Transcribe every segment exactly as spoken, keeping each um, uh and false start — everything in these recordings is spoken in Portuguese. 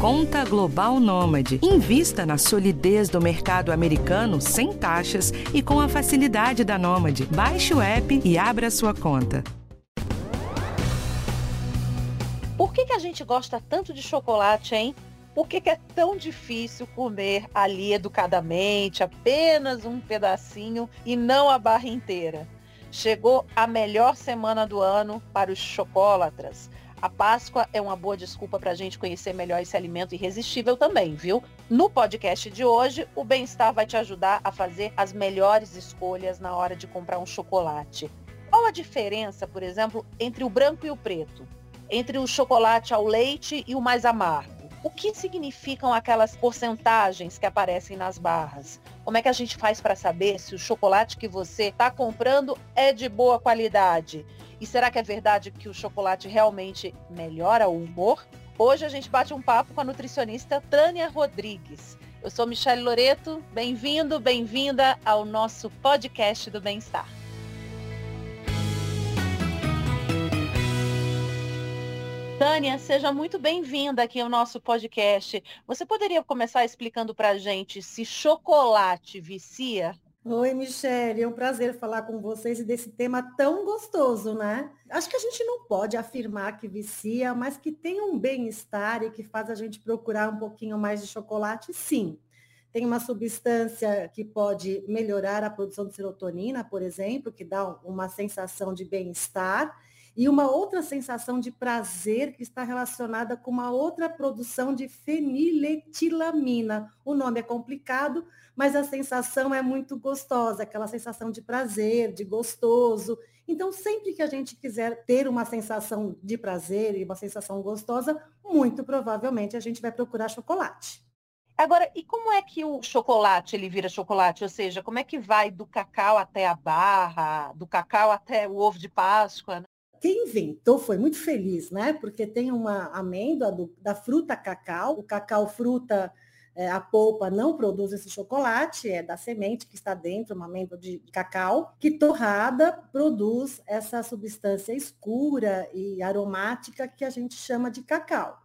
Conta Global Nômade. Invista na solidez do mercado americano sem taxas e com a facilidade da Nômade. Baixe o app e abra sua conta. Por que que a gente gosta tanto de chocolate, hein? Por que que é tão difícil comer ali educadamente, apenas um pedacinho e não a barra inteira? Chegou a melhor semana do ano para os chocolatras. A Páscoa é uma boa desculpa para a gente conhecer melhor esse alimento irresistível também, viu? No podcast de hoje, o Bem-Estar vai te ajudar a fazer as melhores escolhas na hora de comprar um chocolate. Qual a diferença, por exemplo, entre o branco e o preto? Entre o chocolate ao leite e o mais amargo? O que significam aquelas porcentagens que aparecem nas barras? Como é que a gente faz para saber se o chocolate que você está comprando é de boa qualidade? E será que é verdade que o chocolate realmente melhora o humor? Hoje a gente bate um papo com a nutricionista Tânia Rodrigues. Eu sou Michele Loreto, bem-vindo, bem-vinda ao nosso podcast do Bem-Estar. Tânia, seja muito bem-vinda aqui ao nosso podcast. Você poderia começar explicando para a gente se chocolate vicia? Oi, Michele, é um prazer falar com vocês e desse tema tão gostoso, né? Acho que a gente não pode afirmar que vicia, mas que tem um bem-estar e que faz a gente procurar um pouquinho mais de chocolate, sim. Tem uma substância que pode melhorar a produção de serotonina, por exemplo, que dá uma sensação de bem-estar. E uma outra sensação de prazer que está relacionada com uma outra produção de feniletilamina. O nome é complicado, mas a sensação é muito gostosa, aquela sensação de prazer, de gostoso. Então, sempre que a gente quiser ter uma sensação de prazer e uma sensação gostosa, muito provavelmente a gente vai procurar chocolate. Agora, e como é que o chocolate ele vira chocolate? Ou seja, como é que vai do cacau até a barra, do cacau até o ovo de Páscoa, né? Quem inventou foi muito feliz, né? Porque tem uma amêndoa do, da fruta cacau. O cacau fruta, é, a polpa não produz esse chocolate, é da semente que está dentro, uma amêndoa de cacau, que torrada produz essa substância escura e aromática que a gente chama de cacau.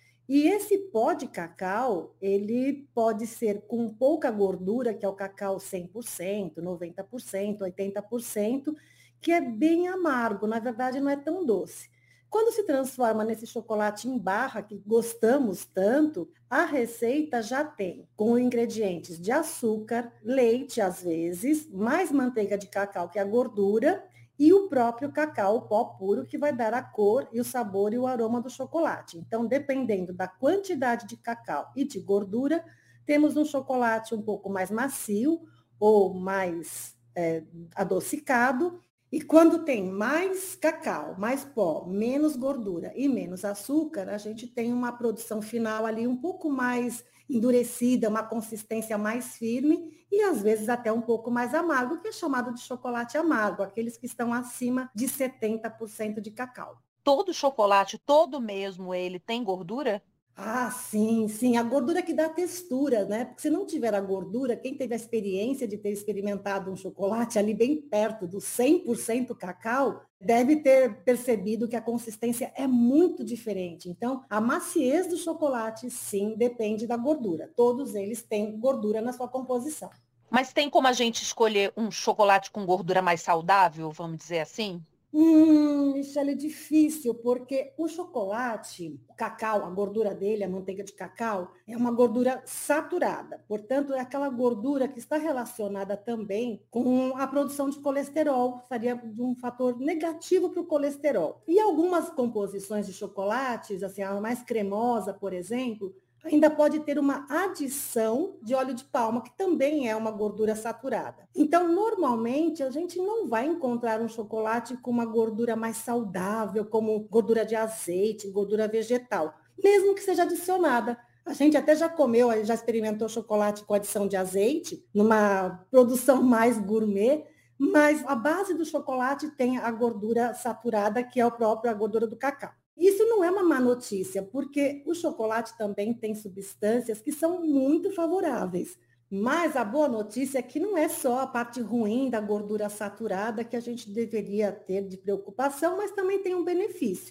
E esse pó de cacau, ele pode ser com pouca gordura, que é o cacau cem por cento, noventa por cento, oitenta por cento, que é bem amargo, na verdade não é tão doce. Quando se transforma nesse chocolate em barra, que gostamos tanto, a receita já tem com ingredientes de açúcar, leite às vezes, mais manteiga de cacau, que é a gordura, e o próprio cacau, o pó puro, que vai dar a cor e o sabor e o aroma do chocolate. Então, dependendo da quantidade de cacau e de gordura, temos um chocolate um pouco mais macio ou mais é, adocicado. E quando tem mais cacau, mais pó, menos gordura e menos açúcar, a gente tem uma produção final ali um pouco mais endurecida, uma consistência mais firme e às vezes até um pouco mais amargo, que é chamado de chocolate amargo, aqueles que estão acima de setenta por cento de cacau. Todo chocolate, todo mesmo, ele tem gordura? Ah, sim, sim, a gordura que dá textura, né? Porque se não tiver a gordura, quem teve a experiência de ter experimentado um chocolate ali bem perto do cem por cento cacau, deve ter percebido que a consistência é muito diferente. Então, a maciez do chocolate, sim, depende da gordura. Todos eles têm gordura na sua composição. Mas tem como a gente escolher um chocolate com gordura mais saudável, vamos dizer assim? Hum, Michele, é difícil, porque o chocolate, o cacau, a gordura dele, a manteiga de cacau, é uma gordura saturada. Portanto, é aquela gordura que está relacionada também com a produção de colesterol, seria um fator negativo para o colesterol. E algumas composições de chocolates, assim, a mais cremosa, por exemplo, ainda pode ter uma adição de óleo de palma, que também é uma gordura saturada. Então, normalmente, a gente não vai encontrar um chocolate com uma gordura mais saudável, como gordura de azeite, gordura vegetal, mesmo que seja adicionada. A gente até já comeu, já experimentou chocolate com adição de azeite, numa produção mais gourmet, mas a base do chocolate tem a gordura saturada, que é a própria gordura do cacau. Isso não é uma má notícia, porque o chocolate também tem substâncias que são muito favoráveis. Mas a boa notícia é que não é só a parte ruim da gordura saturada que a gente deveria ter de preocupação, mas também tem um benefício.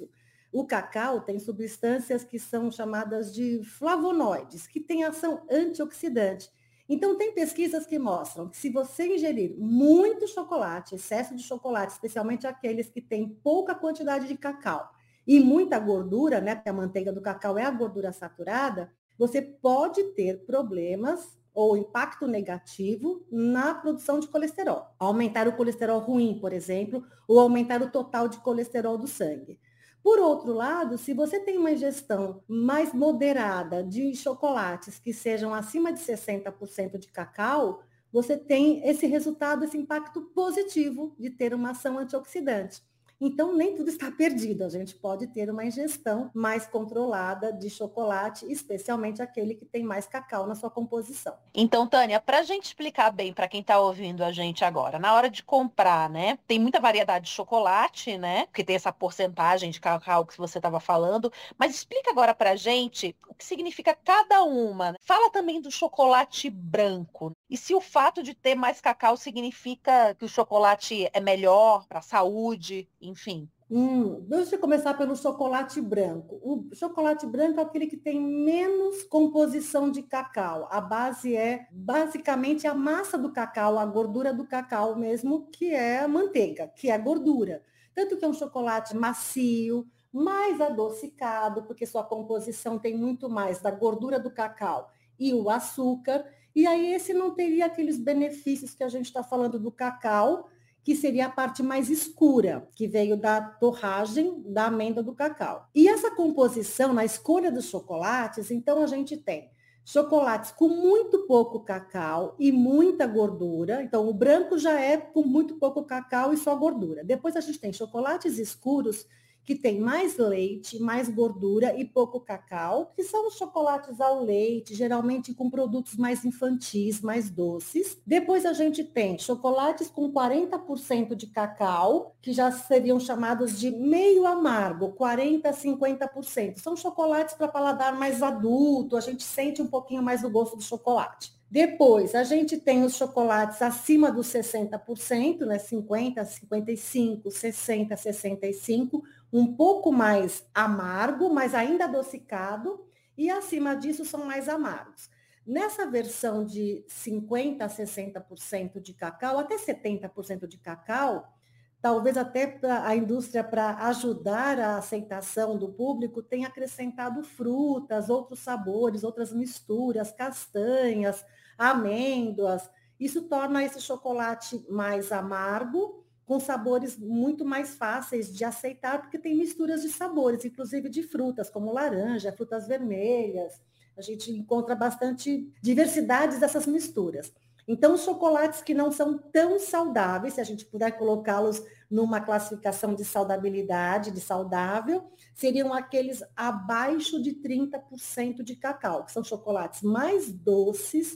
O cacau tem substâncias que são chamadas de flavonoides, que têm ação antioxidante. Então, tem pesquisas que mostram que se você ingerir muito chocolate, excesso de chocolate, especialmente aqueles que têm pouca quantidade de cacau e muita gordura, né, porque a manteiga do cacau é a gordura saturada, você pode ter problemas ou impacto negativo na produção de colesterol. Aumentar o colesterol ruim, por exemplo, ou aumentar o total de colesterol do sangue. Por outro lado, se você tem uma ingestão mais moderada de chocolates que sejam acima de sessenta por cento de cacau, você tem esse resultado, esse impacto positivo de ter uma ação antioxidante. Então, nem tudo está perdido. A gente pode ter uma ingestão mais controlada de chocolate, especialmente aquele que tem mais cacau na sua composição. Então, Tânia, para a gente explicar bem para quem está ouvindo a gente agora, na hora de comprar, né? Tem muita variedade de chocolate, né? Que tem essa porcentagem de cacau que você estava falando. Mas explica agora para a gente o que significa cada uma. Fala também do chocolate branco. E se o fato de ter mais cacau significa que o chocolate é melhor para a saúde, enfim. Hum, deixa eu começar pelo chocolate branco. O chocolate branco é aquele que tem menos composição de cacau. A base é basicamente a massa do cacau, a gordura do cacau mesmo, que é a manteiga, que é a gordura. Tanto que é um chocolate macio, mais adocicado, porque sua composição tem muito mais da gordura do cacau e o açúcar. E aí esse não teria aqueles benefícios que a gente está falando do cacau, que seria a parte mais escura, que veio da torragem da amêndoa do cacau. E essa composição, na escolha dos chocolates, então a gente tem chocolates com muito pouco cacau e muita gordura. Então, o branco já é com muito pouco cacau e só gordura. Depois a gente tem chocolates escuros, que tem mais leite, mais gordura e pouco cacau, que são os chocolates ao leite, geralmente com produtos mais infantis, mais doces. Depois a gente tem chocolates com quarenta por cento de cacau, que já seriam chamados de meio amargo, quarenta a cinquenta por cento. São chocolates para paladar mais adulto, a gente sente um pouquinho mais o gosto do chocolate. Depois, a gente tem os chocolates acima dos sessenta por cento, né? cinquenta, cinquenta e cinco, sessenta, sessenta e cinco, um pouco mais amargo, mas ainda adocicado, e acima disso são mais amargos. Nessa versão de cinquenta a sessenta por cento de cacau, até setenta por cento de cacau, talvez até pra, a indústria, para ajudar a aceitação do público, tenha acrescentado frutas, outros sabores, outras misturas, castanhas, amêndoas. Isso torna esse chocolate mais amargo, com sabores muito mais fáceis de aceitar, porque tem misturas de sabores, inclusive de frutas, como laranja, frutas vermelhas. A gente encontra bastante diversidades dessas misturas. Então, os chocolates que não são tão saudáveis, se a gente puder colocá-los numa classificação de saudabilidade, de saudável, seriam aqueles abaixo de trinta por cento de cacau, que são chocolates mais doces,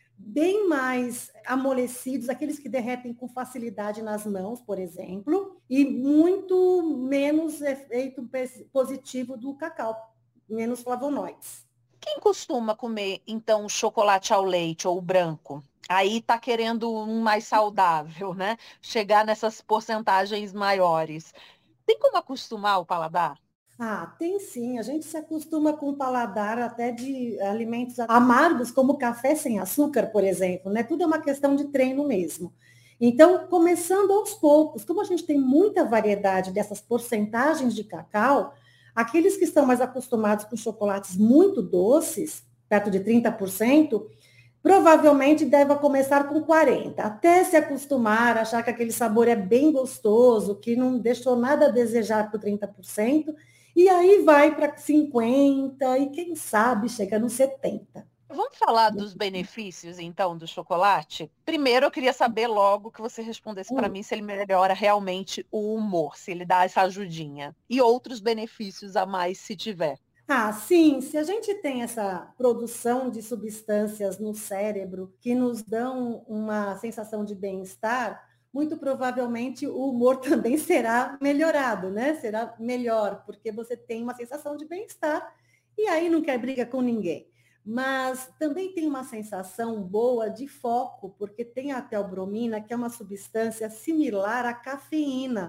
bem mais amolecidos, aqueles que derretem com facilidade nas mãos, por exemplo, e muito menos efeito positivo do cacau, menos flavonoides. Quem costuma comer, então, chocolate ao leite ou branco? Aí tá querendo um mais saudável, né? Chegar nessas porcentagens maiores. Tem como acostumar o paladar? Ah, tem sim. A gente se acostuma com o paladar até de alimentos amargos, como café sem açúcar, por exemplo, né? Tudo é uma questão de treino mesmo. Então, começando aos poucos, como a gente tem muita variedade dessas porcentagens de cacau, aqueles que estão mais acostumados com chocolates muito doces, perto de trinta por cento, provavelmente deva começar com quarenta, até se acostumar, achar que aquele sabor é bem gostoso, que não deixou nada a desejar para trinta por cento, e aí vai para cinquenta e quem sabe chega nos setenta. Vamos falar dos benefícios, então, do chocolate? Primeiro, eu queria saber logo que você respondesse para Hum. mim se ele melhora realmente o humor, se ele dá essa ajudinha. E outros benefícios a mais, se tiver. Ah, sim, se a gente tem essa produção de substâncias no cérebro que nos dão uma sensação de bem-estar, muito provavelmente o humor também será melhorado, né? Será melhor, porque você tem uma sensação de bem-estar e aí não quer briga com ninguém. Mas também tem uma sensação boa de foco, porque tem a teobromina, que é uma substância similar à cafeína.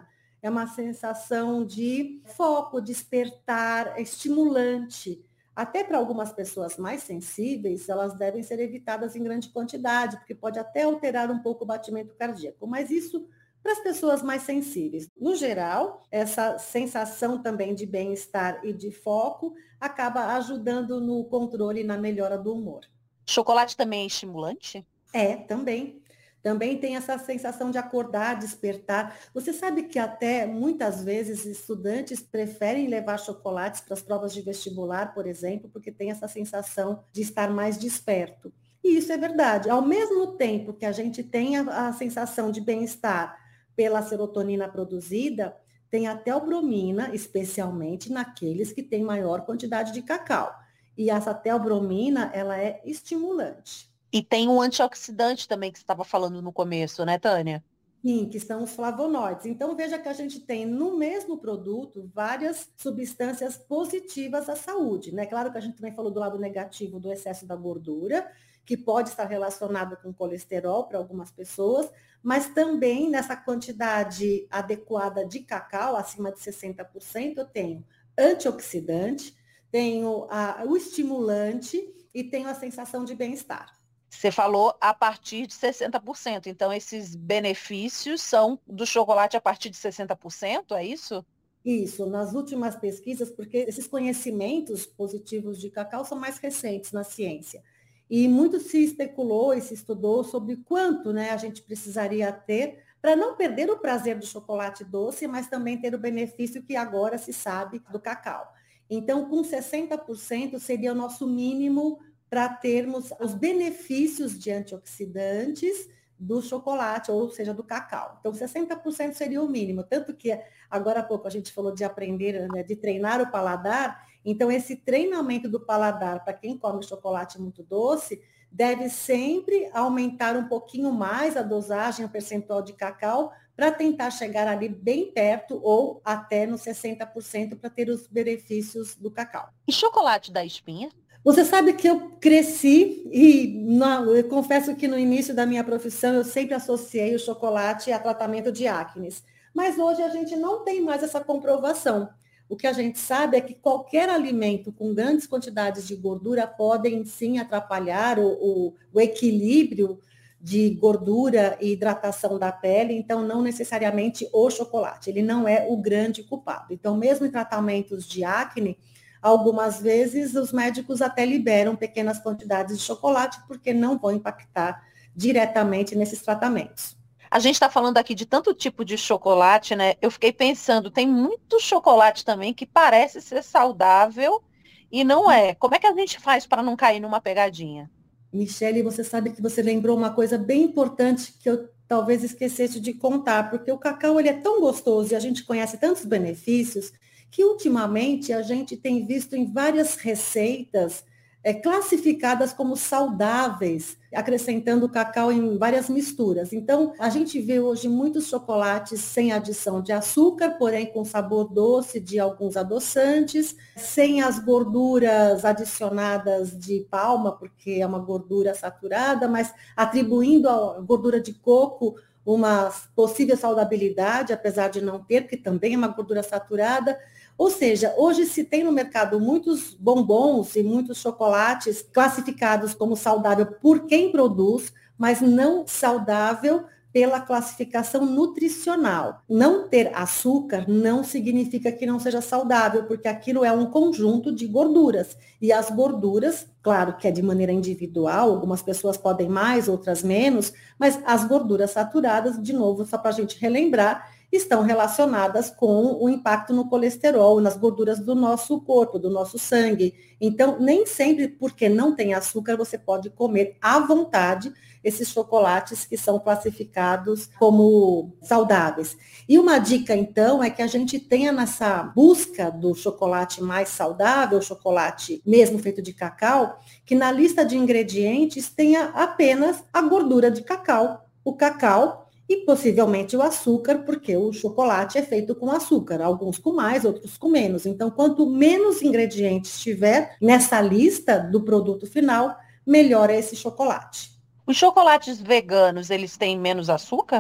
é uma sensação de foco, despertar, estimulante. Até para algumas pessoas mais sensíveis, elas devem ser evitadas em grande quantidade, porque pode até alterar um pouco o batimento cardíaco. Mas isso para as pessoas mais sensíveis. No geral, essa sensação também de bem-estar e de foco acaba ajudando no controle e na melhora do humor. Chocolate também é estimulante? É, também. Também tem essa sensação de acordar, despertar. Você sabe que até muitas vezes estudantes preferem levar chocolates para as provas de vestibular, por exemplo, porque tem essa sensação de estar mais desperto. E isso é verdade. Ao mesmo tempo que a gente tem a, a sensação de bem-estar pela serotonina produzida, tem a teobromina, especialmente naqueles que têm maior quantidade de cacau. E essa teobromina, ela é estimulante. E tem um antioxidante também que você estava falando no começo, né, Tânia? Sim, que são os flavonoides. Então, veja que a gente tem no mesmo produto várias substâncias positivas à saúde, né? Claro que a gente também falou do lado negativo do excesso da gordura, que pode estar relacionado com colesterol para algumas pessoas, mas também nessa quantidade adequada de cacau, acima de sessenta por cento, eu tenho antioxidante, tenho a, o estimulante e tenho a sensação de bem-estar. Você falou a partir de sessenta por cento, então esses benefícios são do chocolate a partir de sessenta por cento, é isso? Isso, nas últimas pesquisas, porque esses conhecimentos positivos de cacau são mais recentes na ciência. E muito se especulou e se estudou sobre quanto, né, a gente precisaria ter para não perder o prazer do chocolate doce, mas também ter o benefício que agora se sabe do cacau. Então, com sessenta por cento seria o nosso mínimo para termos os benefícios de antioxidantes do chocolate, ou seja, do cacau. Então, sessenta por cento seria o mínimo. Tanto que, agora há pouco, a gente falou de aprender, né, de treinar o paladar. Então, esse treinamento do paladar, para quem come chocolate muito doce, deve sempre aumentar um pouquinho mais a dosagem, o percentual de cacau, para tentar chegar ali bem perto ou até nos sessenta por cento para ter os benefícios do cacau. E chocolate da espinha? Você sabe que eu cresci e não, eu confesso que no início da minha profissão eu sempre associei o chocolate a tratamento de acne. Mas hoje a gente não tem mais essa comprovação. O que a gente sabe é que qualquer alimento com grandes quantidades de gordura podem sim atrapalhar o, o, o equilíbrio de gordura e hidratação da pele, então não necessariamente o chocolate, ele não é o grande culpado. Então, mesmo em tratamentos de acne, algumas vezes os médicos até liberam pequenas quantidades de chocolate porque não vão impactar diretamente nesses tratamentos. A gente está falando aqui de tanto tipo de chocolate, né? Eu fiquei pensando, tem muito chocolate também que parece ser saudável e não é. Como é que a gente faz para não cair numa pegadinha? Michele, você sabe que você lembrou uma coisa bem importante que eu talvez esquecesse de contar, porque o cacau ele é tão gostoso e a gente conhece tantos benefícios que ultimamente a gente tem visto em várias receitas é, classificadas como saudáveis, acrescentando o cacau em várias misturas. Então, a gente vê hoje muitos chocolates sem adição de açúcar, porém com sabor doce de alguns adoçantes, sem as gorduras adicionadas de palma, porque é uma gordura saturada, mas atribuindo à gordura de coco uma possível saudabilidade, apesar de não ter, que também é uma gordura saturada. Ou seja, hoje se tem no mercado muitos bombons e muitos chocolates classificados como saudável por quem produz, mas não saudável pela classificação nutricional. Não ter açúcar não significa que não seja saudável, porque aquilo é um conjunto de gorduras. E as gorduras, claro que é de maneira individual, algumas pessoas podem mais, outras menos, mas as gorduras saturadas, de novo, só para a gente relembrar, estão relacionadas com o impacto no colesterol, nas gorduras do nosso corpo, do nosso sangue. Então, nem sempre porque não tem açúcar, você pode comer à vontade esses chocolates que são classificados como saudáveis. E uma dica, então, é que a gente tenha nessa busca do chocolate mais saudável, chocolate mesmo feito de cacau, que na lista de ingredientes tenha apenas a gordura de cacau, o cacau, e possivelmente o açúcar, porque o chocolate é feito com açúcar, alguns com mais, outros com menos. Então, quanto menos ingredientes tiver nessa lista do produto final, melhor é esse chocolate. Os chocolates veganos, eles têm menos açúcar?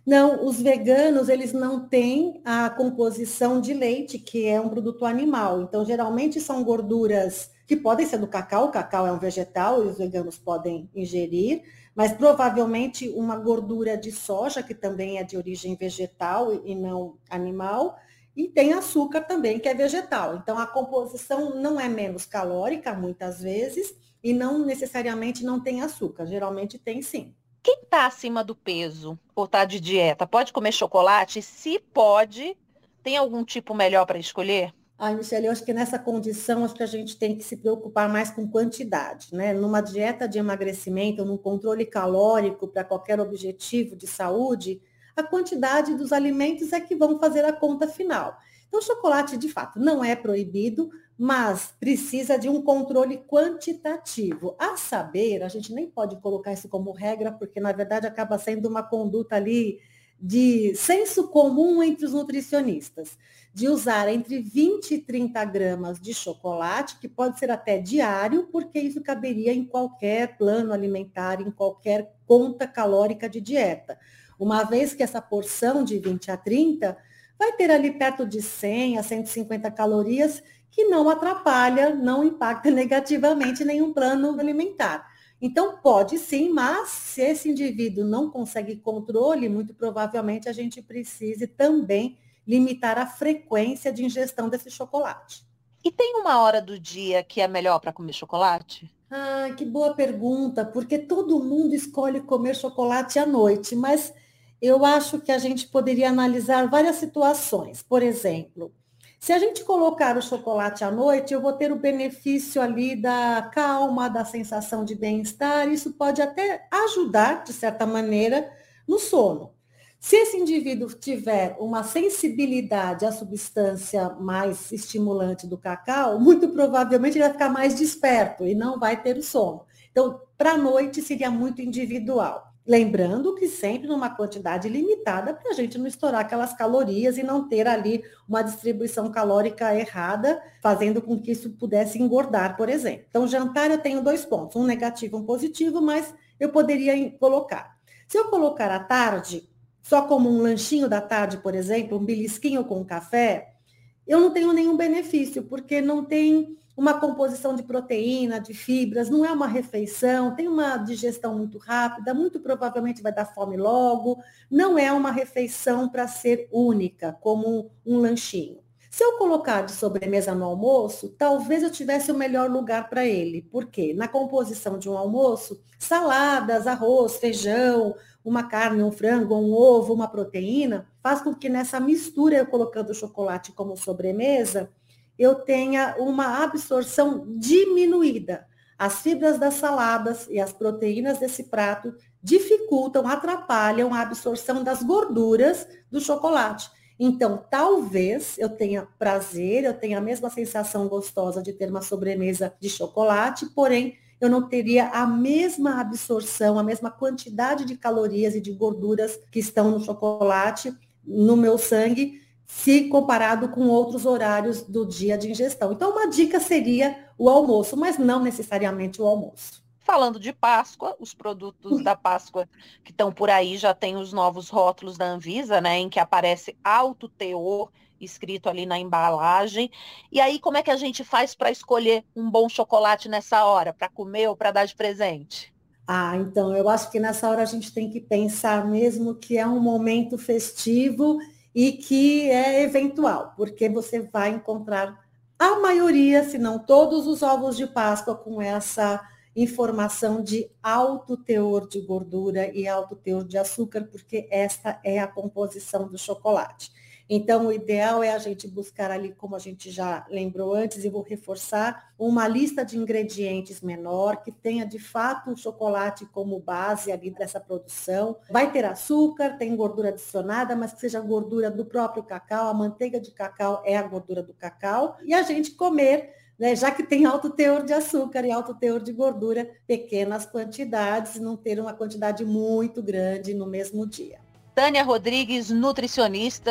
Não, os veganos, eles não têm a composição de leite, que é um produto animal. Então, geralmente são gorduras que podem ser do cacau, o cacau é um vegetal e os veganos podem ingerir, mas provavelmente uma gordura de soja, que também é de origem vegetal e não animal, e tem açúcar também, que é vegetal. Então, a composição não é menos calórica, muitas vezes, e não necessariamente não tem açúcar, geralmente tem sim. Quem está acima do peso ou está de dieta, pode comer chocolate? Se pode, tem algum tipo melhor para escolher? Ai, Michele, eu acho que nessa condição, acho que a gente tem que se preocupar mais com quantidade, né? Numa dieta de emagrecimento, num controle calórico para qualquer objetivo de saúde, a quantidade dos alimentos é que vão fazer a conta final. Então, o chocolate, de fato, não é proibido, mas precisa de um controle quantitativo. A saber, a gente nem pode colocar isso como regra, porque, na verdade, acaba sendo uma conduta ali de senso comum entre os nutricionistas, de usar entre vinte e trinta gramas de chocolate, que pode ser até diário, porque isso caberia em qualquer plano alimentar, em qualquer conta calórica de dieta. Uma vez que essa porção de vinte a trinta vai ter ali perto de cem a cento e cinquenta calorias, que não atrapalha, não impacta negativamente nenhum plano alimentar. Então, pode sim, mas se esse indivíduo não consegue controle, muito provavelmente a gente precise também limitar a frequência de ingestão desse chocolate. E tem uma hora do dia que é melhor para comer chocolate? Ah, que boa pergunta, porque todo mundo escolhe comer chocolate à noite, mas eu acho que a gente poderia analisar várias situações. Por exemplo, se a gente colocar o chocolate à noite, eu vou ter o benefício ali da calma, da sensação de bem-estar. Isso pode até ajudar, de certa maneira, no sono. Se esse indivíduo tiver uma sensibilidade à substância mais estimulante do cacau, muito provavelmente ele vai ficar mais desperto e não vai ter o sono. Então, para a noite seria muito individual. Lembrando que sempre numa quantidade limitada para a gente não estourar aquelas calorias e não ter ali uma distribuição calórica errada, fazendo com que isso pudesse engordar, por exemplo. Então, jantar eu tenho dois pontos, um negativo e um positivo, mas eu poderia colocar. Se eu colocar à tarde, só como um lanchinho da tarde, por exemplo, um belisquinho com café, eu não tenho nenhum benefício, porque não tem uma composição de proteína, de fibras, não é uma refeição, tem uma digestão muito rápida, muito provavelmente vai dar fome logo, não é uma refeição para ser única, como um lanchinho. Se eu colocar de sobremesa no almoço, talvez eu tivesse o melhor lugar para ele. Por quê? Na composição de um almoço, saladas, arroz, feijão, uma carne, um frango, um ovo, uma proteína, faz com que nessa mistura, eu colocando o chocolate como sobremesa, eu tenha uma absorção diminuída. As fibras das saladas e as proteínas desse prato dificultam, atrapalham a absorção das gorduras do chocolate. Então, talvez eu tenha prazer, eu tenha a mesma sensação gostosa de ter uma sobremesa de chocolate, porém, eu não teria a mesma absorção, a mesma quantidade de calorias e de gorduras que estão no chocolate, no meu sangue, se comparado com outros horários do dia de ingestão. Então, uma dica seria o almoço, mas não necessariamente o almoço. Falando de Páscoa, os produtos da Páscoa que estão por aí já tem os novos rótulos da Anvisa, né, em que aparece alto teor escrito ali na embalagem. E aí, como é que a gente faz para escolher um bom chocolate nessa hora, para comer ou para dar de presente? Ah, então, eu acho que nessa hora a gente tem que pensar mesmo que é um momento festivo e que é eventual, porque você vai encontrar a maioria, se não todos os ovos de Páscoa com essa informação de alto teor de gordura e alto teor de açúcar, porque esta é a composição do chocolate. Então, o ideal é a gente buscar ali, como a gente já lembrou antes, e vou reforçar, uma lista de ingredientes menor, que tenha de fato o chocolate como base ali dessa produção. Vai ter açúcar, tem gordura adicionada, mas que seja gordura do próprio cacau, a manteiga de cacau é a gordura do cacau, e a gente comer, né, já que tem alto teor de açúcar e alto teor de gordura, pequenas quantidades, não ter uma quantidade muito grande no mesmo dia. Tânia Rodrigues, nutricionista,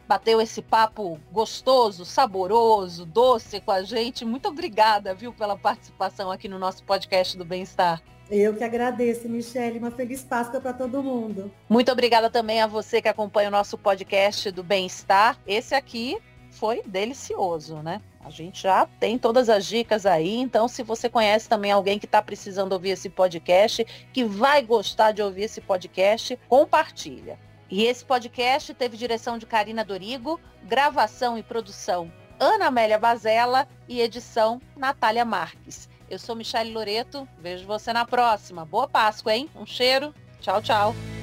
bateu esse papo gostoso, saboroso, doce com a gente. Muito obrigada, viu, pela participação aqui no nosso podcast do Bem-Estar. Eu que agradeço, Michele. Uma feliz Páscoa para todo mundo. Muito obrigada também a você que acompanha o nosso podcast do Bem-Estar. Esse aqui foi delicioso, né? A gente já tem todas as dicas aí, então se você conhece também alguém que está precisando ouvir esse podcast, que vai gostar de ouvir esse podcast, compartilha. E esse podcast teve direção de Karina Dorigo, gravação e produção Ana Amélia Bazella e edição Natália Marques. Eu sou Michele Loreto, vejo você na próxima. Boa Páscoa, hein? Um cheiro, tchau, tchau.